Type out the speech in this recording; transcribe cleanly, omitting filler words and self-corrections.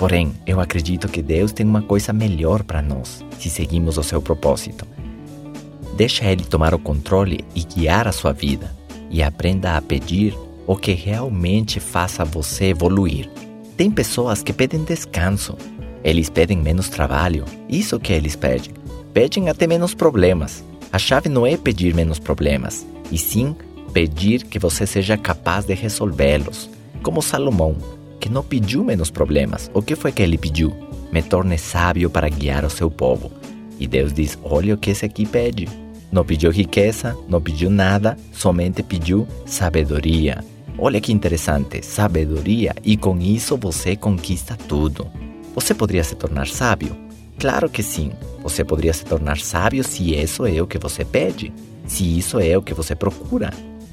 Porém, eu acredito que Deus tem uma coisa melhor para nós, se seguimos o seu propósito. Deixa Ele tomar o controle e guiar a sua vida, e aprenda a pedir o que realmente faça você evoluir. Tem pessoas que pedem descanso. Eles pedem menos trabalho. Isso que eles pedem. Pedem até menos problemas. A chave não é pedir menos problemas, e sim pedir que você seja capaz de resolvê-los. Como Salomão, que não pediu menos problemas. O que foi que ele pediu? Me torne sábio para guiar o seu povo. E Deus diz, olha o que esse aqui pede. Não pediu riqueza, não pediu nada, somente pediu sabedoria. Olha que interessante, sabedoria, e com isso você conquista tudo. Você poderia se tornar sábio? Claro que sim. Você poderia se tornar sábio se isso é o que você pede, se isso é o que você procura.